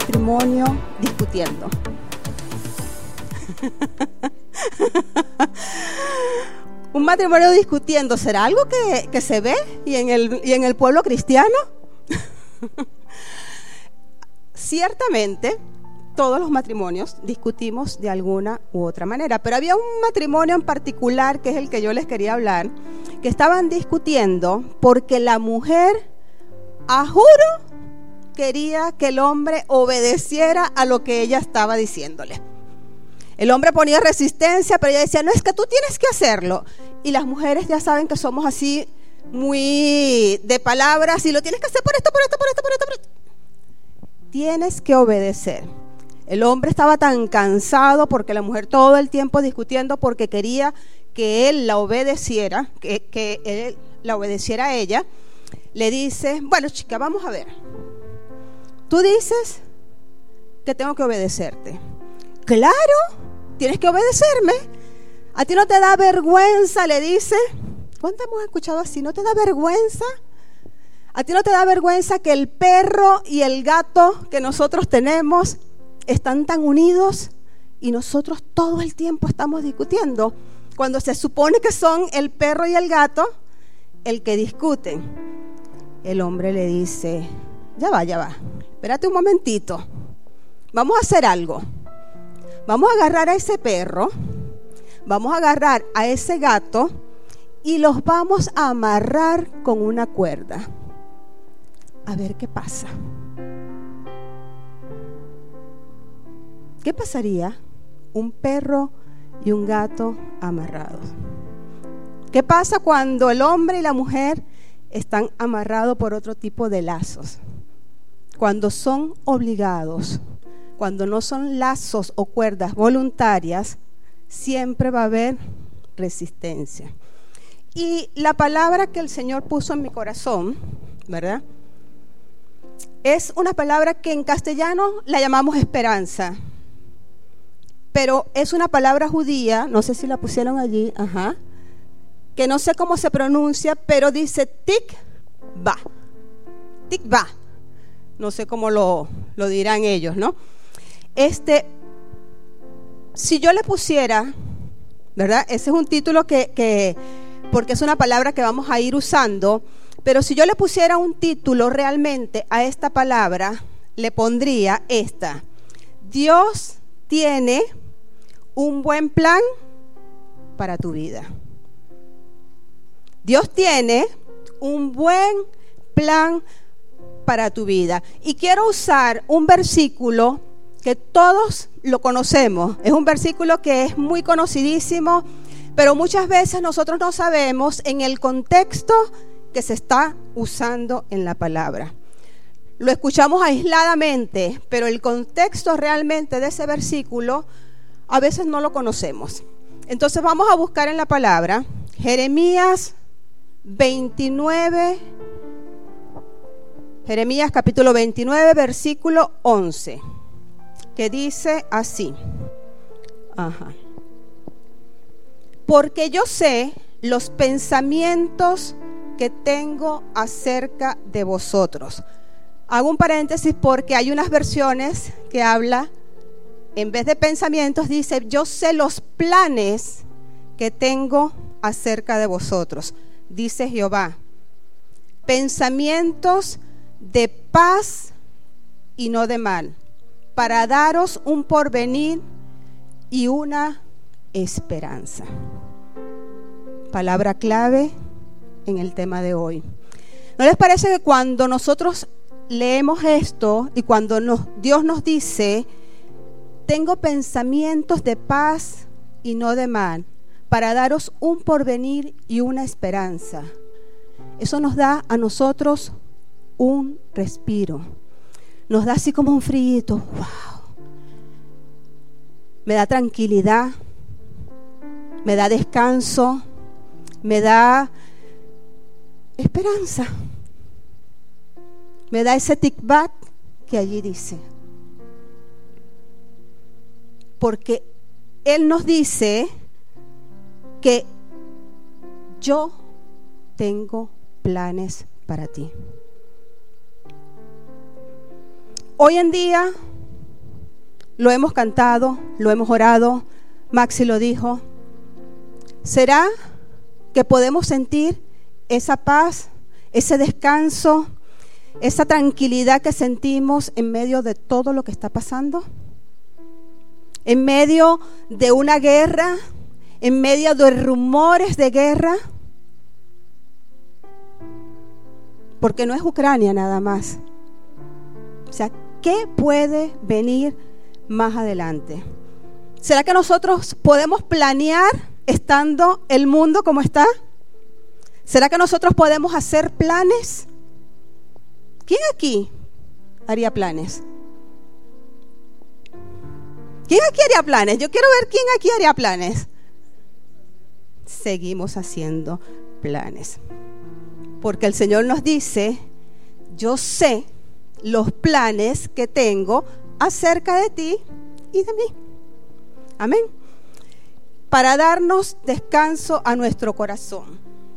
matrimonio discutiendo. Un matrimonio discutiendo, ¿será algo que se ve y en el pueblo cristiano? Ciertamente, todos los matrimonios discutimos de alguna u otra manera, pero había un matrimonio en particular, que es el que yo les quería hablar, que estaban discutiendo porque la mujer, a juro, quería que el hombre obedeciera a lo que ella estaba diciéndole. El hombre ponía resistencia, pero ella decía, no, es que tú tienes que hacerlo. Y las mujeres ya saben que somos así, muy de palabras, y lo tienes que hacer por esto. Tienes que obedecer. El hombre estaba tan cansado porque la mujer todo el tiempo discutiendo porque quería que él la obedeciera, que él la obedeciera a ella. Le dice, bueno, chica, vamos a ver. Tú dices que tengo que obedecerte. Claro, tienes que obedecerme. ¿A ti no te da vergüenza? Le dice. ¿Cuánto hemos escuchado así? ¿No te da vergüenza? ¿A ti no te da vergüenza que el perro y el gato que nosotros tenemos están tan unidos y nosotros todo el tiempo estamos discutiendo? Cuando se supone que son el perro y el gato el que discuten. El hombre le dice, ya va, espérate un momentito, vamos a hacer algo. Vamos a agarrar a ese perro, vamos a agarrar a ese gato y los vamos a amarrar con una cuerda. A ver qué pasa. ¿Qué pasaría un perro y un gato amarrados? ¿Qué pasa cuando el hombre y la mujer están amarrados por otro tipo de lazos? Cuando son obligados, cuando no son lazos o cuerdas voluntarias, siempre va a haber resistencia. Y la palabra que el Señor puso en mi corazón, ¿verdad? Es una palabra que en castellano la llamamos esperanza, pero es una palabra judía, no sé si la pusieron allí, que no sé cómo se pronuncia, pero dice tikva, no sé cómo lo dirán ellos, ¿no? Si yo le pusiera, ¿verdad? Ese es un título que porque es una palabra que vamos a ir usando, pero si yo le pusiera un título realmente a esta palabra, le pondría esta: Dios tiene un buen plan para tu vida. Dios tiene un buen plan para tu vida. Y quiero usar un versículo que todos lo conocemos. Es un versículo que es muy conocidísimo, pero muchas veces nosotros no sabemos en el contexto que se está usando en la palabra. Lo escuchamos aisladamente, pero el contexto realmente de ese versículo a veces no lo conocemos. Entonces vamos a buscar en la palabra Jeremías 29, Jeremías capítulo 29, versículo 11, que dice así. Porque yo sé los pensamientos que tengo acerca de vosotros. Hago un paréntesis porque hay unas versiones que habla, en vez de pensamientos, dice, yo sé los planes que tengo acerca de vosotros, dice Jehová. Pensamientos de paz y no de mal, para daros un porvenir y una esperanza. Palabra clave en el tema de hoy. ¿No les parece que cuando nosotros leemos esto y cuando Dios nos dice, tengo pensamientos de paz y no de mal, para daros un porvenir y una esperanza, eso nos da a nosotros un respiro, nos da así como un frío, wow, me da tranquilidad, me da descanso, me da esperanza, me da ese tikvat que allí dice, porque Él nos dice que yo tengo planes para ti. Hoy en día lo hemos cantado, lo hemos orado, Maxi lo dijo. ¿Será que podemos sentir esa paz, ese descanso, esa tranquilidad que sentimos en medio de todo lo que está pasando? En medio de una guerra, en medio de rumores de guerra. Porque no es Ucrania nada más. O sea, ¿qué puede venir más adelante? ¿Será que nosotros podemos planear estando el mundo como está? ¿Será que nosotros podemos hacer planes? ¿Quién aquí haría planes? ¿Quién aquí haría planes? Yo quiero ver quién aquí haría planes. Seguimos haciendo planes. Porque el Señor nos dice, yo sé los planes que tengo acerca de ti y de mí. Amén. Para darnos descanso a nuestro corazón.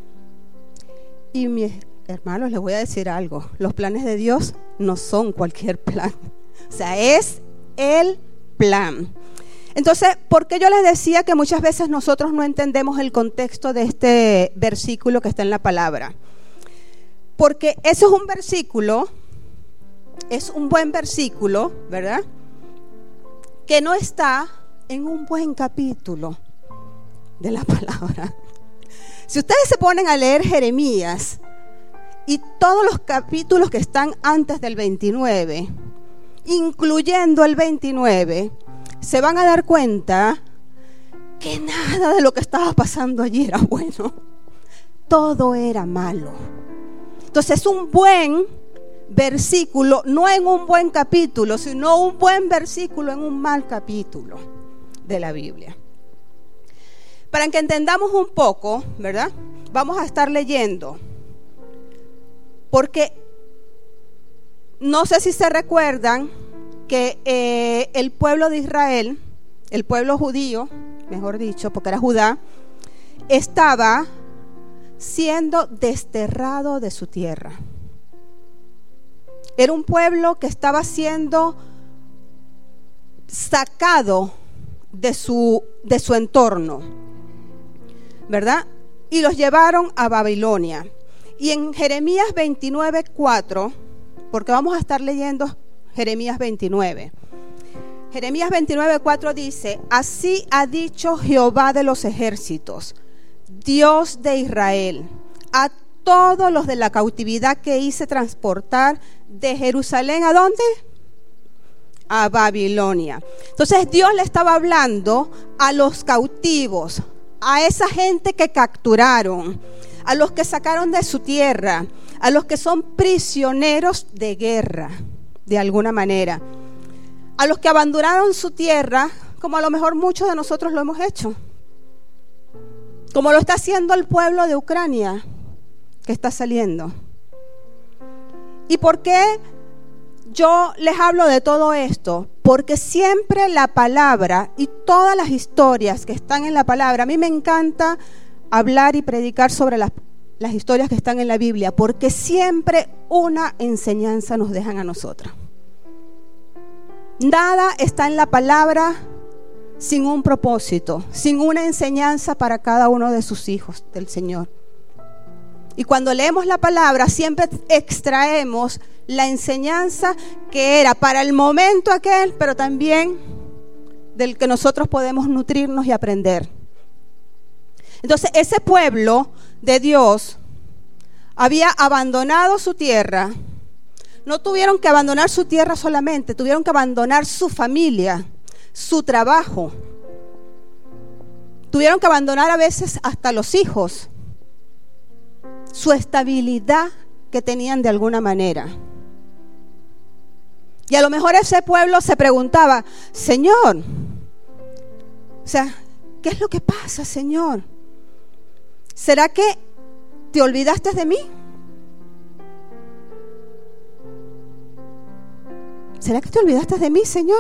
Y mis hermanos, les voy a decir algo. Los planes de Dios no son cualquier plan. O sea, es el plan. Entonces, ¿por qué yo les decía que muchas veces nosotros no entendemos el contexto de este versículo que está en la palabra? Porque ese es un versículo, es un buen versículo, ¿verdad? Que no está en un buen capítulo de la palabra. Si ustedes se ponen a leer Jeremías y todos los capítulos que están antes del 29, incluyendo el 29, se van a dar cuenta que nada de lo que estaba pasando allí era bueno. Todo era malo. Entonces es un buen versículo, no en un buen capítulo, sino un buen versículo en un mal capítulo de la Biblia. Para que entendamos un poco, ¿verdad? Vamos a estar leyendo. Porque no sé si se recuerdan que el pueblo de Israel, el pueblo judío, mejor dicho, porque era Judá, estaba siendo desterrado de su tierra. Era un pueblo que estaba siendo sacado de su entorno, ¿verdad? Y los llevaron a Babilonia. Y en Jeremías 29:4, porque vamos a estar leyendo Jeremías 29. Jeremías 29:4 dice: así ha dicho Jehová de los ejércitos, Dios de Israel, a todos los de la cautividad que hice transportar de Jerusalén, ¿a dónde? A Babilonia. Entonces Dios le estaba hablando a los cautivos, a esa gente que capturaron, a los que sacaron de su tierra, a los que son prisioneros de guerra, de alguna manera, a los que abandonaron su tierra, como a lo mejor muchos de nosotros lo hemos hecho, como lo está haciendo el pueblo de Ucrania, que está saliendo. ¿Y por qué yo les hablo de todo esto? Porque siempre la palabra y todas las historias que están en la palabra, a mí me encanta hablar y predicar sobre las historias que están en la Biblia, porque siempre una enseñanza nos dejan a nosotros. Nada está en la palabra sin un propósito, sin una enseñanza para cada uno de sus hijos del Señor. Y cuando leemos la palabra siempre extraemos la enseñanza que era para el momento aquel, pero también del que nosotros podemos nutrirnos y aprender. Entonces ese pueblo de Dios había abandonado su tierra. No tuvieron que abandonar su tierra solamente, tuvieron que abandonar su familia, su trabajo. Tuvieron que abandonar a veces hasta los hijos, su estabilidad que tenían de alguna manera. Y a lo mejor ese pueblo se preguntaba: Señor, o sea, ¿qué es lo que pasa, Señor? ¿Será que te olvidaste de mí? ¿Será que te olvidaste de mí, Señor?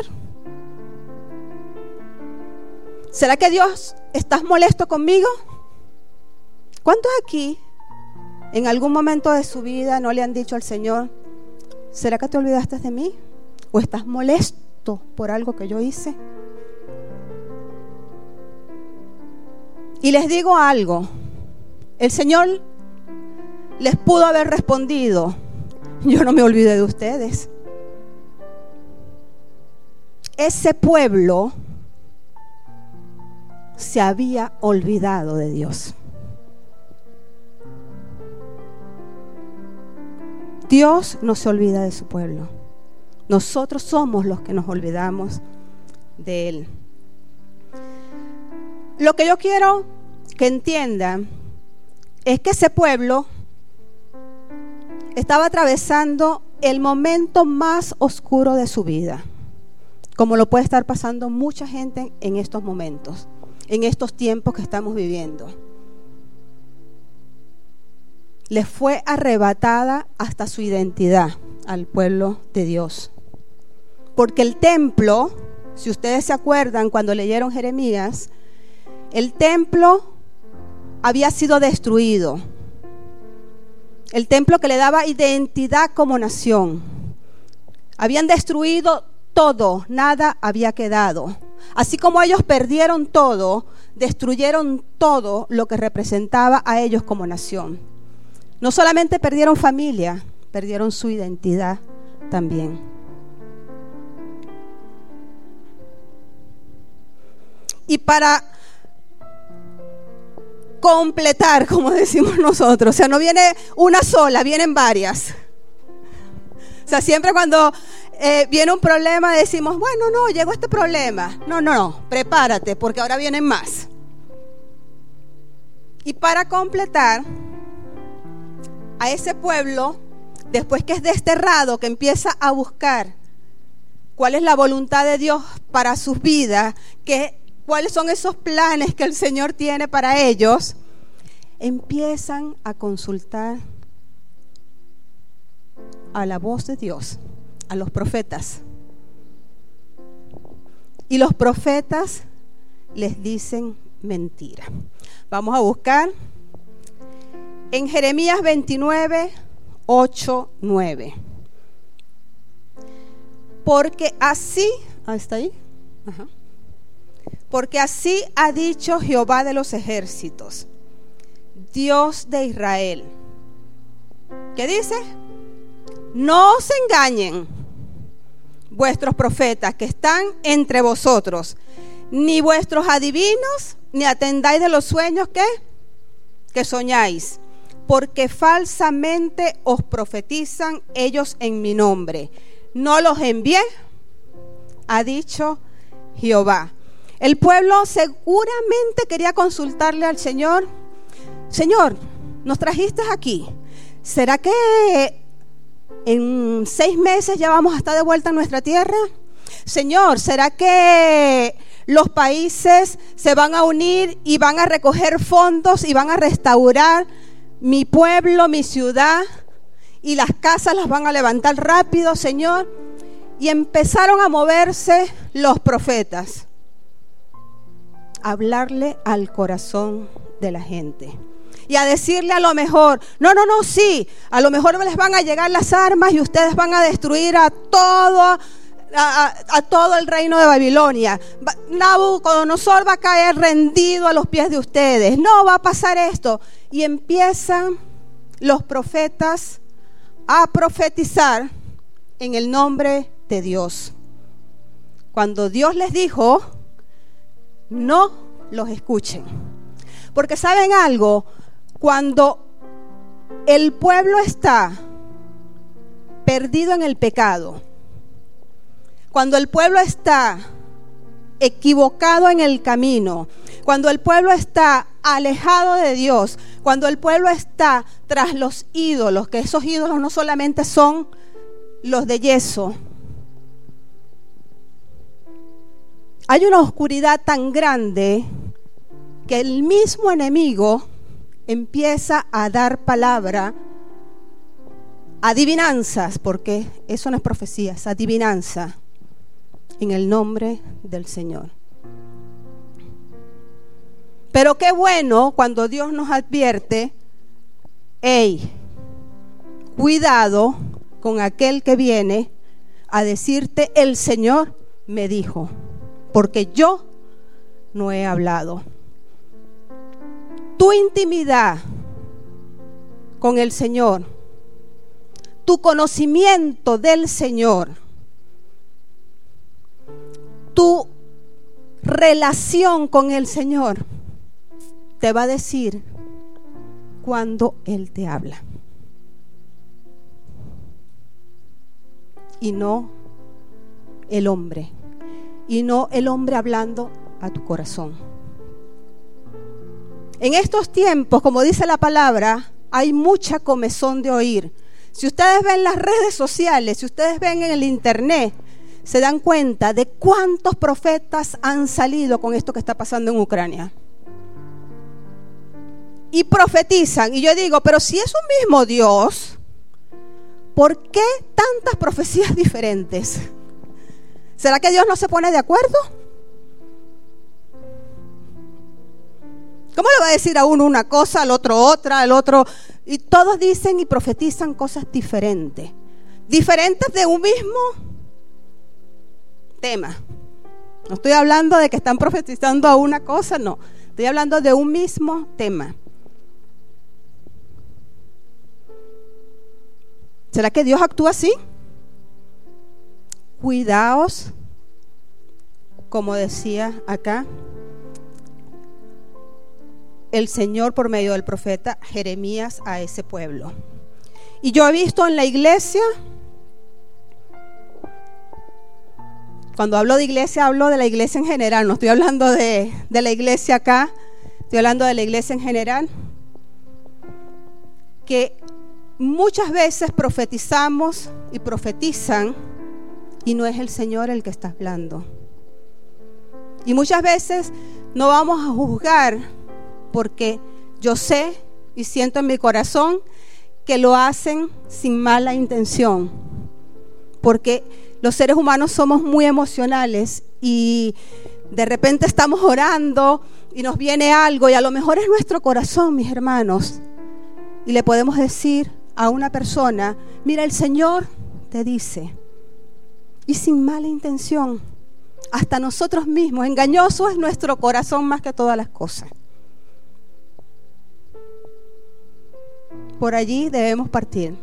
¿Será que Dios estás molesto conmigo? ¿Cuántos aquí en algún momento de su vida no le han dicho al Señor: ¿será que te olvidaste de mí? ¿O estás molesto justo por algo que yo hice? Y les digo algo, el Señor les pudo haber respondido: yo no me olvidé de ustedes. Ese pueblo se había olvidado de Dios. Dios no se olvida de su pueblo. Nosotros somos los que nos olvidamos de Él. Lo que yo quiero que entiendan es que ese pueblo estaba atravesando el momento más oscuro de su vida, como lo puede estar pasando mucha gente en estos momentos, en estos tiempos que estamos viviendo. Les fue arrebatada hasta su identidad al pueblo de Dios. Porque el templo, si ustedes se acuerdan cuando leyeron Jeremías, el templo había sido destruido. El templo que le daba identidad como nación. Habían destruido todo, nada había quedado. Así como ellos perdieron todo, destruyeron todo lo que representaba a ellos como nación. No solamente perdieron familia, perdieron su identidad también. Y para completar, como decimos nosotros, o sea, no viene una sola, vienen varias. O sea, siempre cuando viene un problema decimos, bueno, no, llegó este problema. No, prepárate, porque ahora vienen más. Y para completar, a ese pueblo, después que es desterrado, que empieza a buscar cuál es la voluntad de Dios para sus vidas, cuáles son esos planes que el Señor tiene para ellos, empiezan a consultar a la voz de Dios, a los profetas. Y los profetas les dicen mentira. Vamos a buscar en Jeremías 29, 8, 9. Porque así, ¿está ahí? Ajá. Porque así ha dicho Jehová de los ejércitos, Dios de Israel. ¿Qué dice? No os engañen vuestros profetas que están entre vosotros, ni vuestros adivinos, ni atendáis de los sueños que soñáis, porque falsamente os profetizan ellos en mi nombre. No los envié, ha dicho Jehová. El pueblo seguramente quería consultarle al Señor. Señor, nos trajiste aquí. ¿Será que en 6 meses ya vamos a estar de vuelta en nuestra tierra? Señor, ¿será que los países se van a unir y van a recoger fondos y van a restaurar mi pueblo, mi ciudad, y las casas las van a levantar rápido, Señor? Y empezaron a moverse los profetas, a hablarle al corazón de la gente y a decirle a lo mejor, no, sí, a lo mejor les van a llegar las armas y ustedes van a destruir a todo el reino de Babilonia. Nabucodonosor va a caer rendido a los pies de ustedes. No va a pasar esto. Y empiezan los profetas a profetizar en el nombre de Dios. Cuando Dios les dijo, no los escuchen. Porque ¿saben algo? Cuando el pueblo está perdido en el pecado, cuando el pueblo está equivocado en el camino, cuando el pueblo está alejado de Dios, cuando el pueblo está tras los ídolos, que esos ídolos no solamente son los de yeso, hay una oscuridad tan grande que el mismo enemigo empieza a dar palabra, adivinanzas, porque eso no es profecía, es adivinanza, en el nombre del Señor. Pero qué bueno cuando Dios nos advierte, cuidado con aquel que viene a decirte el Señor me dijo, porque yo no he hablado. Tu intimidad con el Señor, tu conocimiento del Señor, tu relación con el Señor te va a decir cuando Él te habla. Y no el hombre. Y no el hombre hablando a tu corazón. En estos tiempos, como dice la palabra, hay mucha comezón de oír. Si ustedes ven las redes sociales, si ustedes ven en el internet, se dan cuenta de cuántos profetas han salido con esto que está pasando en Ucrania. Y profetizan. Y yo digo, pero si es un mismo Dios, ¿por qué tantas profecías diferentes? ¿Será que Dios no se pone de acuerdo? ¿Cómo le va a decir a uno una cosa, al otro otra, al otro? Y todos dicen y profetizan cosas diferentes. Diferentes de un mismo tema. No estoy hablando de que están profetizando a una cosa, no. Estoy hablando de un mismo tema. ¿Será que Dios actúa así? Cuidaos, como decía acá el Señor por medio del profeta Jeremías a ese pueblo. Y yo he visto en la iglesia, cuando hablo de iglesia, hablo de la iglesia en general, no estoy hablando de la iglesia acá, estoy hablando de la iglesia en general, que muchas veces profetizamos y profetizan y no es el Señor el que está hablando. Y muchas veces no vamos a juzgar porque yo sé y siento en mi corazón que lo hacen sin mala intención, porque los seres humanos somos muy emocionales y de repente estamos orando y nos viene algo y a lo mejor es nuestro corazón, mis hermanos, y le podemos decir a una persona, mira, el Señor te dice, y sin mala intención, hasta nosotros mismos, engañoso es nuestro corazón más que todas las cosas. Por allí debemos partir.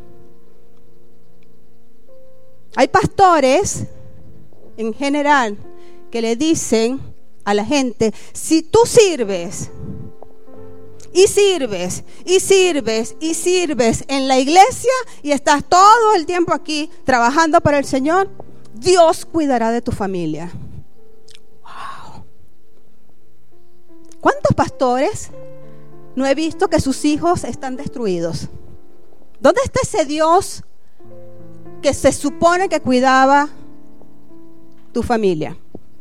Hay pastores en general que le dicen a la gente, si tú sirves y sirves y sirves y sirves en la iglesia y estás todo el tiempo aquí trabajando para el Señor, Dios cuidará de tu familia. Wow. ¿Cuántos pastores no he visto que sus hijos están destruidos? ¿Dónde está ese Dios que se supone que cuidaba tu familia?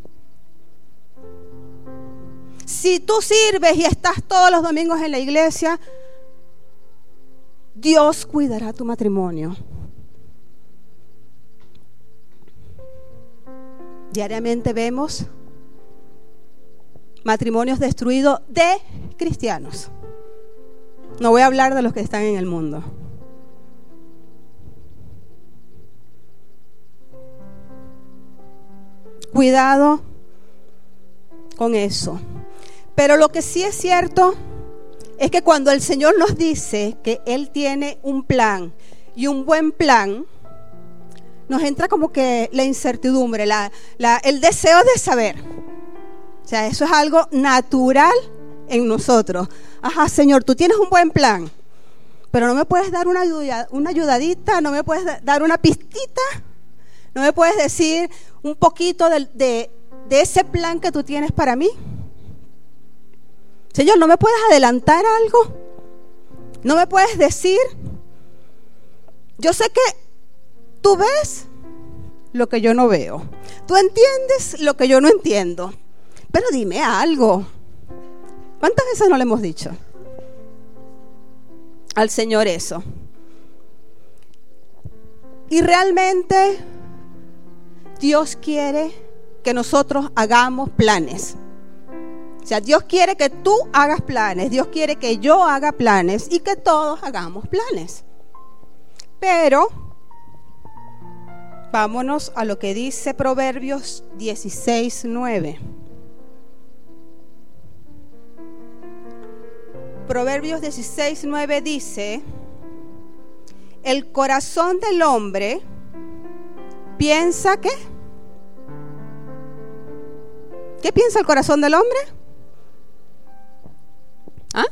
Si tú sirves y estás todos los domingos en la iglesia, Dios cuidará tu matrimonio. Diariamente vemos matrimonios destruidos de cristianos. No voy a hablar de los que están en el mundo. Cuidado con eso. Pero lo que sí es cierto es que cuando el Señor nos dice que Él tiene un plan y un buen plan, nos entra como que la incertidumbre, el deseo de saber. O sea, eso es algo natural en nosotros. Ajá, Señor, tú tienes un buen plan, pero no me puedes dar una ayudadita, no me puedes dar una pistita, no me puedes decir un poquito de ese plan que tú tienes para mí. Señor, ¿no me puedes adelantar algo? ¿No me puedes decir? Yo sé que tú ves lo que yo no veo. Tú entiendes lo que yo no entiendo. Pero dime algo. ¿Cuántas veces no le hemos dicho al Señor eso? Y realmente Dios quiere que nosotros hagamos planes. O sea, Dios quiere que tú hagas planes, Dios quiere que yo haga planes y que todos hagamos planes. Pero Vámonos a lo que dice Proverbios 16:9. Proverbios 16:9 dice: el corazón del hombre piensa ¿qué? ¿Qué piensa el corazón del hombre? ¿Ah?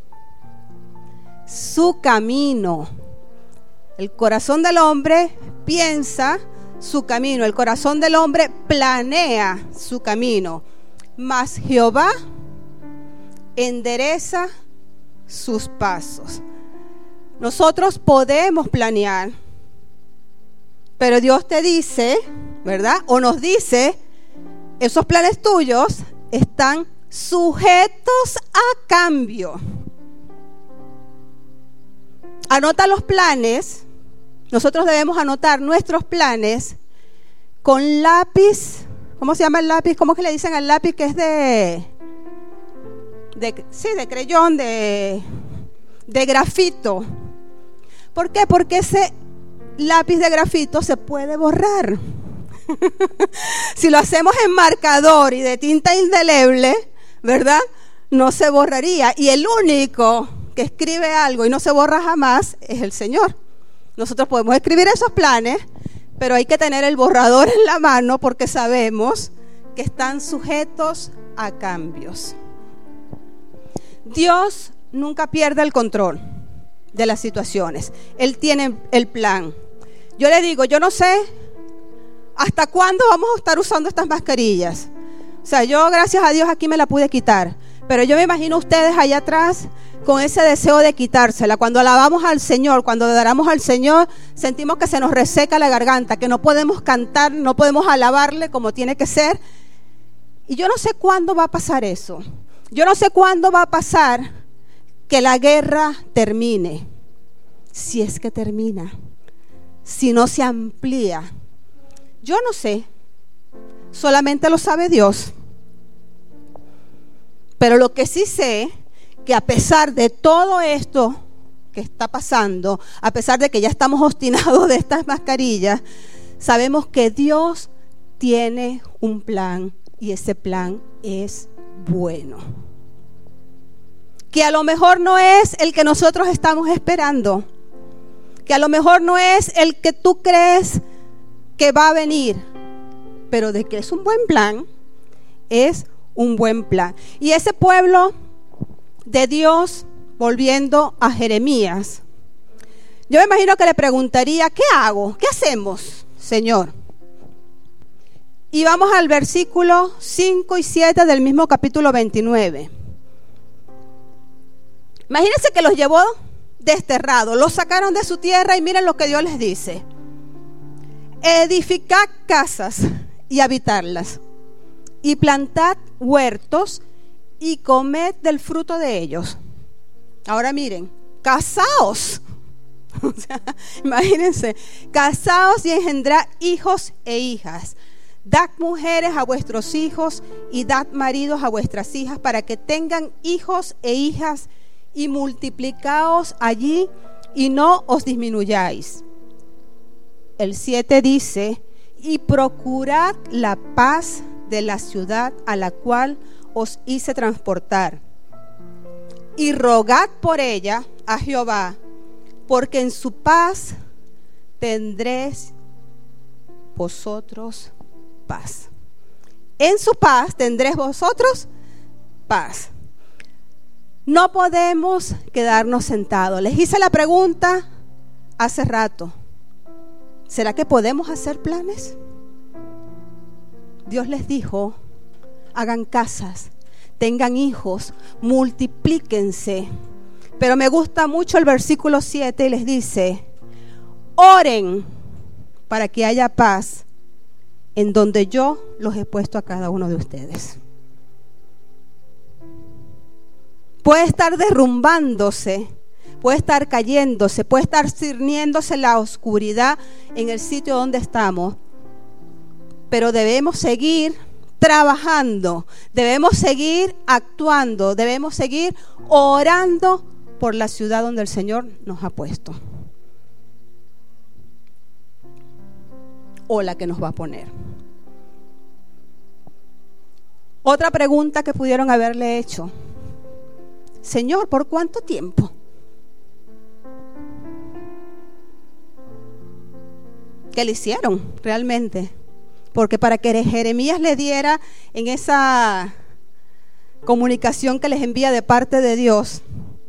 Su camino. El corazón del hombre piensa su camino. El corazón del hombre planea su camino. Mas Jehová endereza sus pasos. Nosotros podemos planear, pero Dios te dice, ¿verdad? O nos dice, esos planes tuyos están sujetos a cambio. Anota los planes. Nosotros debemos anotar nuestros planes con lápiz. ¿Cómo se llama el lápiz? ¿Cómo que le dicen al lápiz que es de creyón, de grafito? ¿Por qué? Porque ese lápiz de grafito se puede borrar. Si lo hacemos en marcador y de tinta indeleble, ¿verdad? No se borraría. Y el único que escribe algo y no se borra jamás es el Señor. Nosotros podemos escribir esos planes, pero hay que tener el borrador en la mano porque sabemos que están sujetos a cambios. Dios nunca pierde el control de las situaciones. Él tiene el plan. Yo le digo, yo no sé hasta cuándo vamos a estar usando estas mascarillas. O sea, yo gracias a Dios aquí me la pude quitar, pero yo me imagino ustedes allá atrás con ese deseo de quitársela. Cuando alabamos al Señor, cuando adoramos al Señor, sentimos que se nos reseca la garganta, que no podemos cantar, no podemos alabarle como tiene que ser. Y yo no sé cuándo va a pasar eso. Yo no sé cuándo va a pasar que la guerra termine, si es que termina, si no se amplía. Yo no sé, solamente lo sabe Dios. Pero lo que sí sé, que a pesar de todo esto que está pasando, a pesar de que ya estamos obstinados de estas mascarillas, sabemos que Dios tiene un plan y ese plan es bueno. Que a lo mejor no es el que nosotros estamos esperando, que a lo mejor no es el que tú crees que va a venir, pero de que es un buen plan, es un buen plan. Y ese pueblo de Dios, volviendo a Jeremías, yo me imagino que le preguntaría, ¿qué hago? ¿Qué hacemos, Señor? Y vamos al versículo 5 y 7 del mismo capítulo 29. Imagínense que los llevó desterrados, los sacaron de su tierra y miren lo que Dios les dice: edificad casas y habitarlas, y plantad huertos y comed del fruto de ellos. Ahora miren, casaos. O sea, imagínense, casaos y engendrad hijos e hijas. Dad mujeres a vuestros hijos y dad maridos a vuestras hijas, para que tengan hijos e hijas, y multiplicaos allí y no os disminuyáis. El 7 dice: y procurad la paz de la ciudad a la cual os hice transportar, y rogad por ella a Jehová, porque en su paz tendréis vosotros paz. En su paz tendréis vosotros paz. No podemos quedarnos sentados. Les hice la pregunta hace rato: ¿será que podemos hacer planes? Dios les dijo: hagan casas, tengan hijos, multiplíquense. Pero me gusta mucho el versículo 7 y les dice: oren para que haya paz en donde yo los he puesto a cada uno de ustedes. Puede estar derrumbándose, puede estar cayéndose, puede estar cerniéndose la oscuridad en el sitio donde estamos, pero debemos seguir trabajando, debemos seguir actuando, debemos seguir orando por la ciudad donde el Señor nos ha puesto. o la que nos va a poner. Otra pregunta que pudieron haberle hecho: Señor, ¿por cuánto tiempo? ¿Qué le hicieron realmente? Porque para que Jeremías le diera en esa comunicación que les envía de parte de Dios,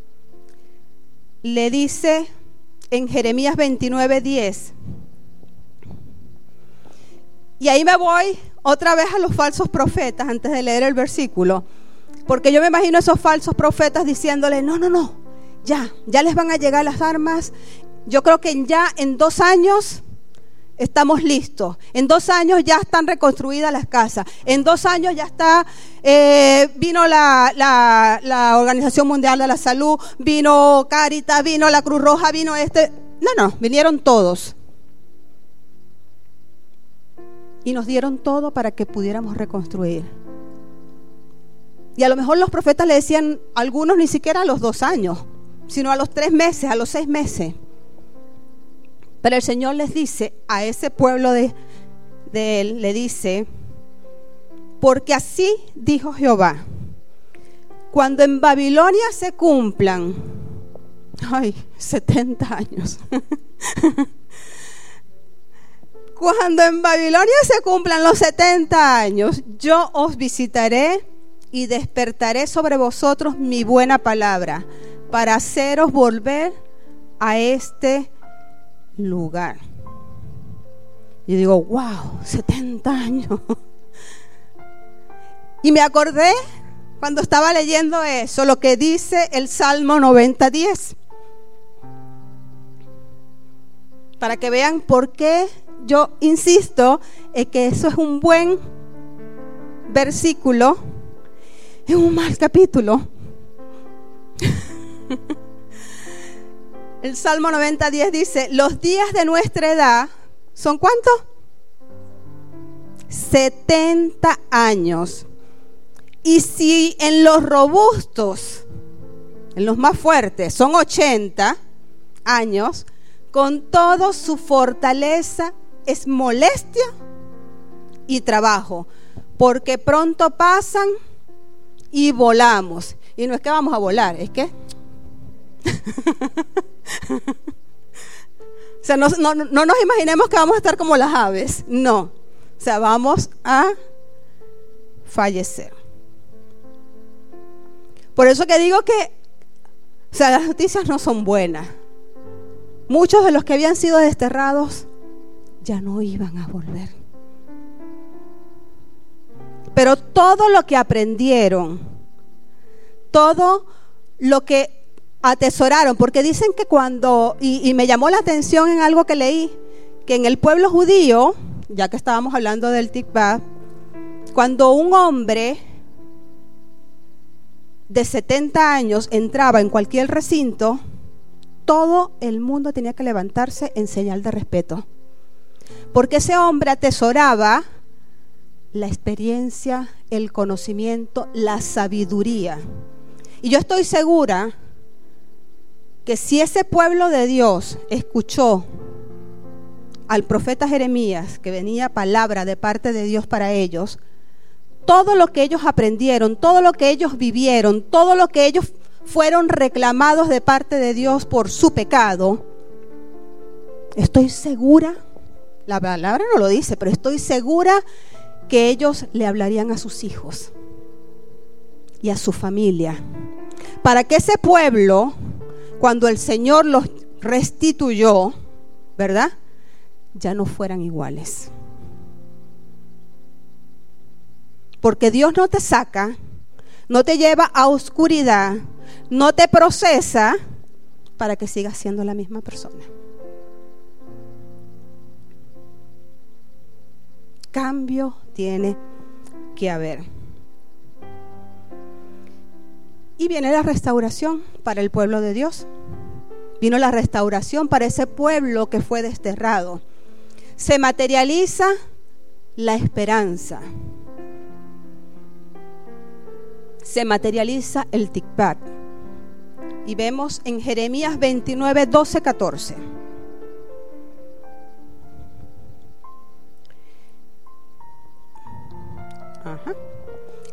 le dice en Jeremías 29:10, y ahí me voy otra vez a los falsos profetas antes de leer el versículo, porque yo me imagino a esos falsos profetas diciéndole: no, ya les van a llegar las armas. Yo creo que ya en 2 años estamos listos. En 2 años ya están reconstruidas las casas. En 2 años ya está, vino la Organización Mundial de la Salud, vino Cáritas, vino la Cruz Roja, vino No, vinieron todos. Y nos dieron todo para que pudiéramos reconstruir. Y a lo mejor los profetas le decían, algunos ni siquiera a los 2 años, sino a los 3 meses, a los 6 meses. Pero el Señor les dice a ese pueblo de él, le dice: porque así dijo Jehová, cuando en Babilonia se cumplan 70 años. Cuando en Babilonia se cumplan los 70 años, yo os visitaré y despertaré sobre vosotros mi buena palabra, para haceros volver a este lugar. Y digo, wow, 70 años. Y me acordé cuando estaba leyendo eso, lo que dice el Salmo 90:10. Para que vean por qué yo insisto en que eso es un buen versículo en un mal capítulo. El Salmo 90:10 dice: los días de nuestra edad ¿son cuánto? 70 años. Y si en los robustos, en los más fuertes, son 80 años, con todo su fortaleza es molestia y trabajo, porque pronto pasan y volamos. Y no es que vamos a volar, es que o sea, no nos imaginemos que vamos a estar como las aves. No, o sea, vamos a fallecer. Por eso que digo que, o sea, las noticias no son buenas. Muchos de los que habían sido desterrados ya no iban a volver. Pero todo lo que aprendieron, todo lo que atesoraron, porque dicen que cuando, y me llamó la atención en algo que leí, que en el pueblo judío, ya que estábamos hablando del tikvah, cuando un hombre de 70 años entraba en cualquier recinto, todo el mundo tenía que levantarse en señal de respeto, porque ese hombre atesoraba la experiencia, el conocimiento, la sabiduría. Y yo estoy segura que si ese pueblo de Dios escuchó al profeta Jeremías, que venía palabra de parte de Dios para ellos, todo lo que ellos aprendieron, todo lo que ellos vivieron, todo lo que ellos fueron reclamados de parte de Dios por su pecado, estoy segura, la palabra no lo dice, pero estoy segura que ellos le hablarían a sus hijos y a su familia, para que ese pueblo, cuando el Señor los restituyó, ¿verdad?, ya no fueran iguales. Porque Dios no te saca, no te lleva a oscuridad, no te procesa para que sigas siendo la misma persona. Cambio tiene que haber. Y viene la restauración para el pueblo de Dios. Vino la restauración para ese pueblo que fue desterrado. Se materializa la esperanza. Se materializa el tikvah. Y vemos en Jeremías 29, 12, 14.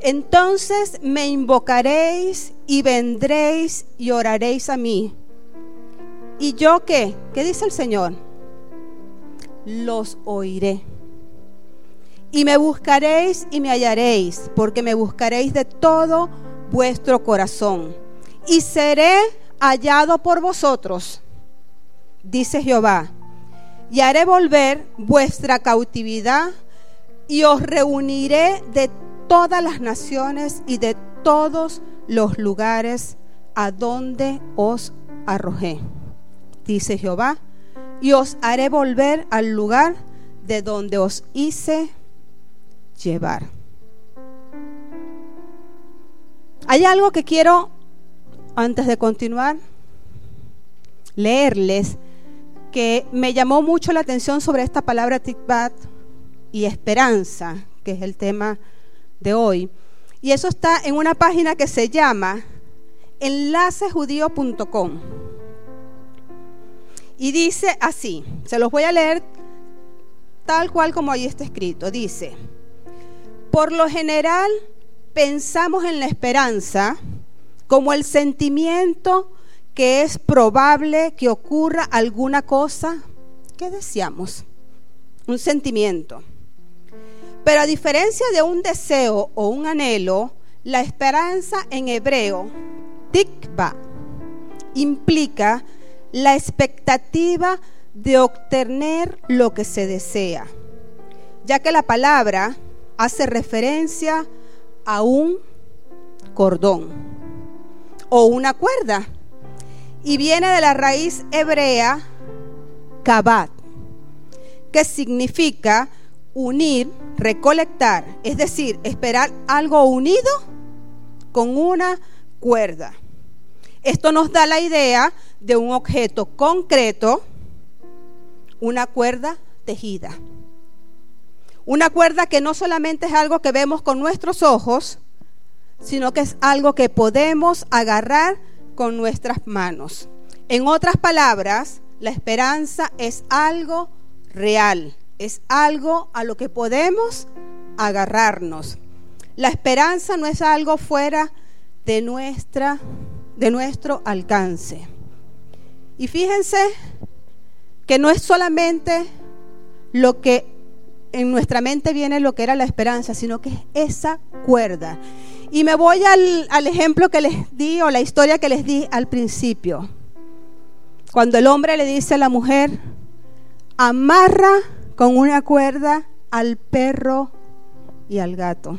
Entonces me invocaréis y vendréis y oraréis a mí. ¿Y yo qué? ¿Qué dice el Señor? Los oiré. Y me buscaréis y me hallaréis, porque me buscaréis de todo vuestro corazón. Y seré hallado por vosotros, dice Jehová. Y haré volver vuestra cautividad y os reuniré de todas las naciones y de todos los lugares a donde os arrojé, dice Jehová, y os haré volver al lugar de donde os hice llevar. Hay algo que quiero, antes de continuar, leerles, que me llamó mucho la atención sobre esta palabra tikvat y esperanza, que es el tema de hoy. Y eso está en una página que se llama enlacejudío.com. Y dice así, se los voy a leer tal cual como ahí está escrito. Dice: por lo general pensamos en la esperanza como el sentimiento que es probable que ocurra alguna cosa que deseamos, un sentimiento. Pero a diferencia de un deseo o un anhelo, la esperanza en hebreo, tikva, implica la expectativa de obtener lo que se desea, ya que la palabra hace referencia a un cordón o una cuerda, y viene de la raíz hebrea kabat, que significa unir, recolectar, es decir, esperar algo unido con una cuerda. Esto nos da la idea de un objeto concreto, una cuerda tejida. Una cuerda que no solamente es algo que vemos con nuestros ojos, sino que es algo que podemos agarrar con nuestras manos. En otras palabras, la esperanza es algo real, es algo a lo que podemos agarrarnos. La esperanza no es algo fuera de nuestro alcance. Y fíjense que no es solamente lo que en nuestra mente viene, lo que era la esperanza, sino que es esa cuerda. Y me voy al ejemplo que les di, o la historia que les di al principio. Cuando el hombre le dice a la mujer: amarra con una cuerda al perro y al gato.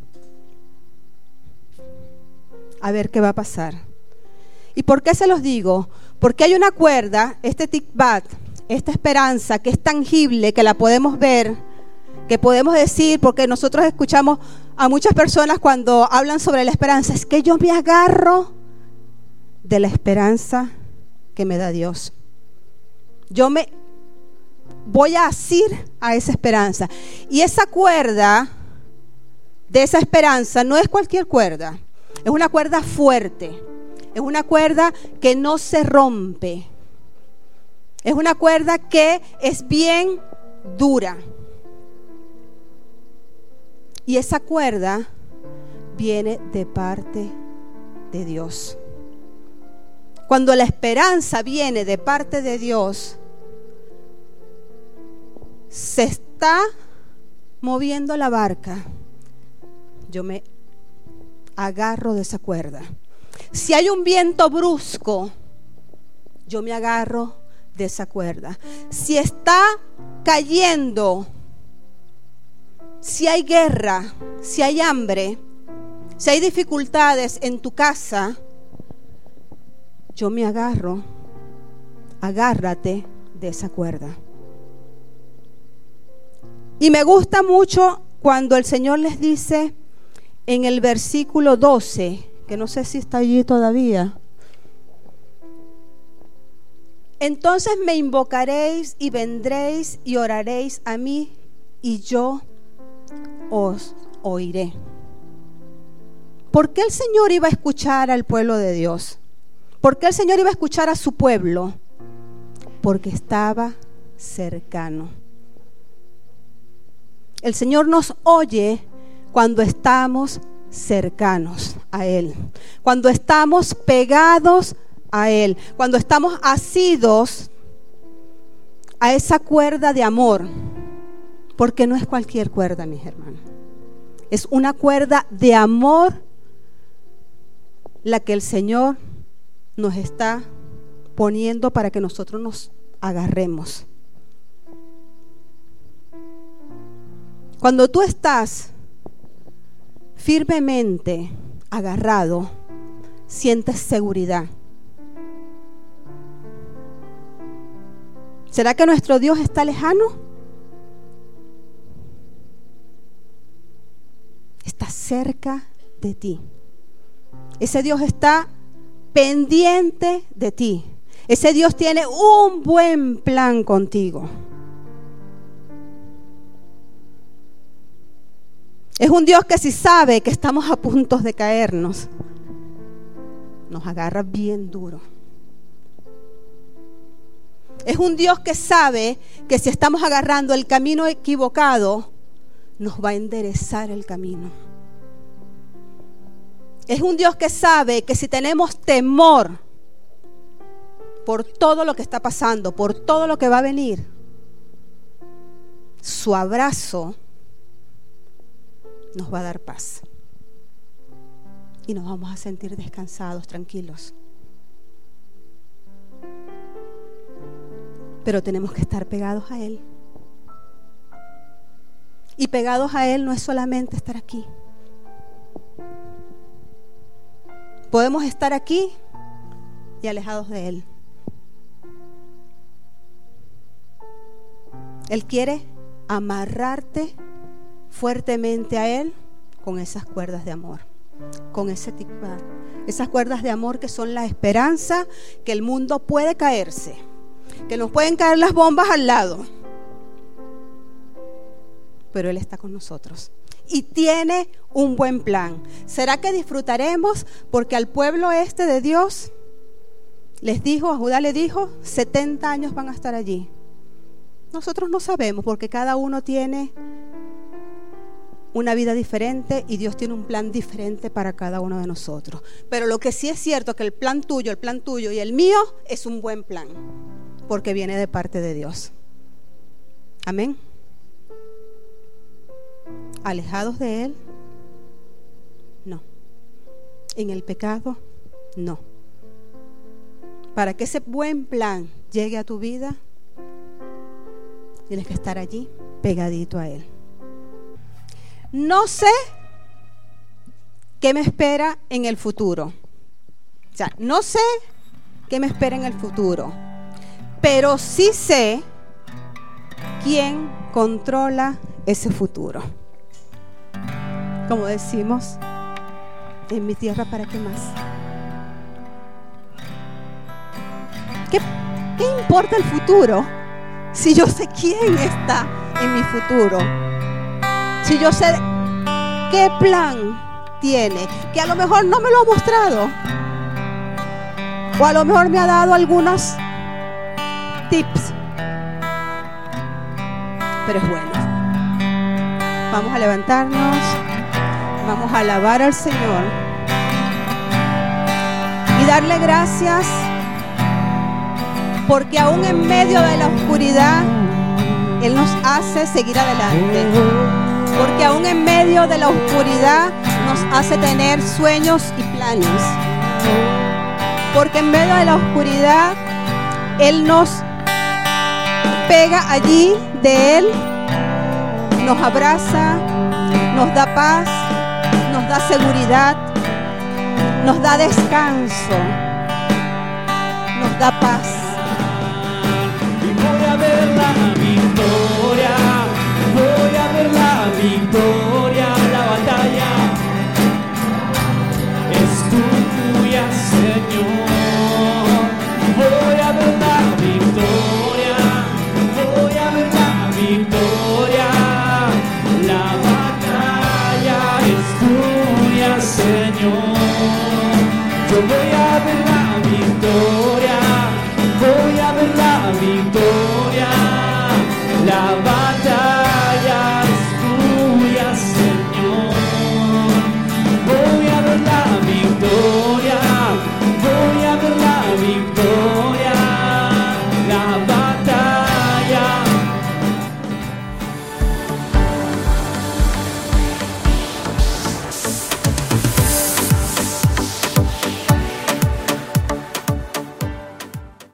A ver qué va a pasar. ¿Y por qué se los digo? Porque hay una cuerda, este tikvat, esta esperanza que es tangible, que la podemos ver, que podemos decir, porque nosotros escuchamos a muchas personas cuando hablan sobre la esperanza, es que yo me agarro de la esperanza que me da Dios. Yo me voy a asir a esa esperanza. Y esa cuerda de esa esperanza no es cualquier cuerda, es una cuerda fuerte, es una cuerda que no se rompe, es una cuerda que es bien dura. Y esa cuerda viene de parte de Dios. Cuando la esperanza viene de parte de Dios, se está moviendo la barca, yo me agarro de esa cuerda. Si hay un viento brusco, yo me agarro de esa cuerda. Si está cayendo, si hay guerra, si hay hambre, si hay dificultades en tu casa, yo me agarro. Agárrate de esa cuerda. Y me gusta mucho cuando el Señor les dice en el versículo 12, que no sé si está allí todavía: entonces me invocaréis y vendréis y oraréis a mí, y yo os oiré. ¿Por qué el Señor iba a escuchar al pueblo de Dios? ¿Por qué el Señor iba a escuchar a su pueblo? Porque estaba cercano. El Señor nos oye cuando estamos cercanos a Él, cuando estamos pegados a Él, cuando estamos asidos a esa cuerda de amor, porque no es cualquier cuerda, mis hermanos, es una cuerda de amor la que el Señor nos está poniendo para que nosotros nos agarremos. Cuando tú estás firmemente agarrado, sientes seguridad. ¿Será que nuestro Dios está lejano? Está cerca de ti. Ese Dios está pendiente de ti. Ese Dios tiene un buen plan contigo. Es un Dios que si sabe que estamos a punto de caernos, nos agarra bien duro. Es un Dios que sabe que si estamos agarrando el camino equivocado, nos va a enderezar el camino. Es un Dios que sabe que si tenemos temor por todo lo que está pasando, por todo lo que va a venir, su abrazo nos va a dar paz. Y nos vamos a sentir descansados, tranquilos. Pero tenemos que estar pegados a Él. Y pegados a Él no es solamente estar aquí. Podemos estar aquí y alejados de Él. Él quiere amarrarte fuertemente a Él con esas cuerdas de amor, con ese tikvah, esas cuerdas de amor que son la esperanza que el mundo puede caerse, que nos pueden caer las bombas al lado, pero Él está con nosotros y tiene un buen plan. ¿Será que disfrutaremos? Porque al pueblo este de Dios les dijo, a Judá le dijo, 70 años van a estar allí. Nosotros no sabemos, porque cada uno tiene una vida diferente y Dios tiene un plan diferente para cada uno de nosotros. Pero lo que sí es cierto es que el plan tuyo y el mío es un buen plan, porque viene de parte de Dios. Amén. Alejados de Él, no. En el pecado, no. Para que ese buen plan llegue a tu vida, tienes que estar allí pegadito a Él. No sé qué me espera en el futuro. O sea, no sé qué me espera en el futuro, pero sí sé quién controla ese futuro. Como decimos, en mi tierra, ¿para qué más? ¿Qué importa el futuro si yo sé quién está en mi futuro? Si yo sé qué plan tiene, que a lo mejor no me lo ha mostrado, o a lo mejor me ha dado algunos tips, pero es bueno. Vamos a levantarnos, vamos a alabar al Señor y darle gracias, porque aún en medio de la oscuridad Él nos hace seguir adelante. Porque aún en medio de la oscuridad nos hace tener sueños y planes. Porque en medio de la oscuridad Él nos pega allí de Él, nos abraza, nos da paz, nos da seguridad, nos da descanso, nos da paz. Y voy a ver la victoria, voy a ver la victoria, la batalla es tuya, Señor. Voy a ver la victoria, voy a ver la victoria, la batalla es tuya, Señor. Yo voy a ver la victoria, voy a ver la victoria, la batalla